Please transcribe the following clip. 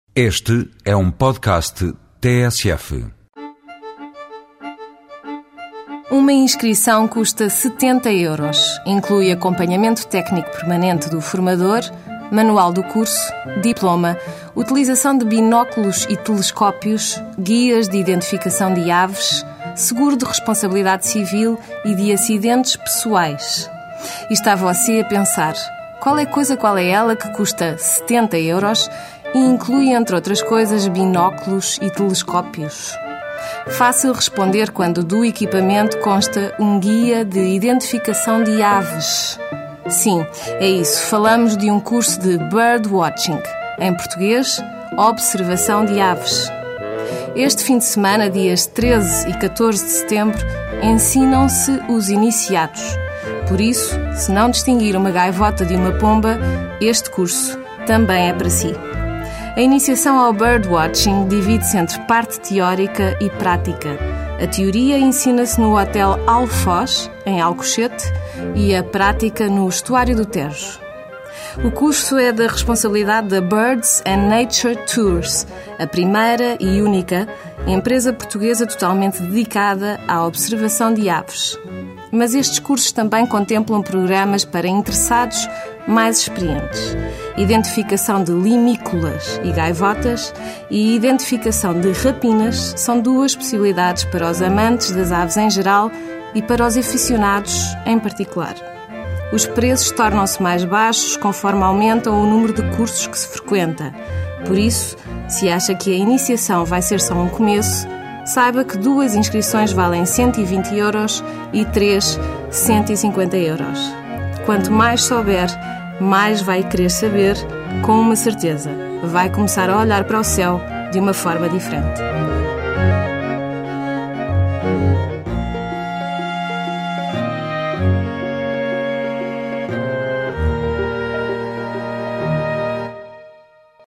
Este é um podcast TSF. Uma inscrição custa 70 €. Inclui acompanhamento técnico permanente do formador, manual do curso, diploma, utilização de binóculos e telescópios, guias de identificação de aves, seguro de responsabilidade civil e de acidentes pessoais. E está você a pensar, qual é ela que custa 70 € e inclui, entre outras coisas, binóculos e telescópios? Fácil responder quando do equipamento consta um guia de identificação de aves. Sim, é isso. Falamos de um curso de birdwatching. Em português, observação de aves. Este fim de semana, dias 13 e 14 de setembro, ensinam-se os iniciados. Por isso, se não distinguir uma gaivota de uma pomba, este curso também é para si. A iniciação ao birdwatching divide-se entre parte teórica e prática. A teoria ensina-se no Hotel Alfoz, em Alcochete, e a prática no Estuário do Tejo. O curso é da responsabilidade da Birds and Nature Tours, a primeira e única empresa portuguesa totalmente dedicada à observação de aves. Mas estes cursos também contemplam programas para interessados mais experientes. Identificação de limícolas e gaivotas e identificação de rapinas são duas possibilidades para os amantes das aves em geral e para os aficionados em particular. Os preços tornam-se mais baixos conforme aumentam o número de cursos que se frequenta. Por isso, se acha que a iniciação vai ser só um começo, saiba que 2 inscrições valem 120 € e 3, 150 €. Quanto mais souber, mais vai querer saber, com uma certeza. Vai começar a olhar para o céu de uma forma diferente.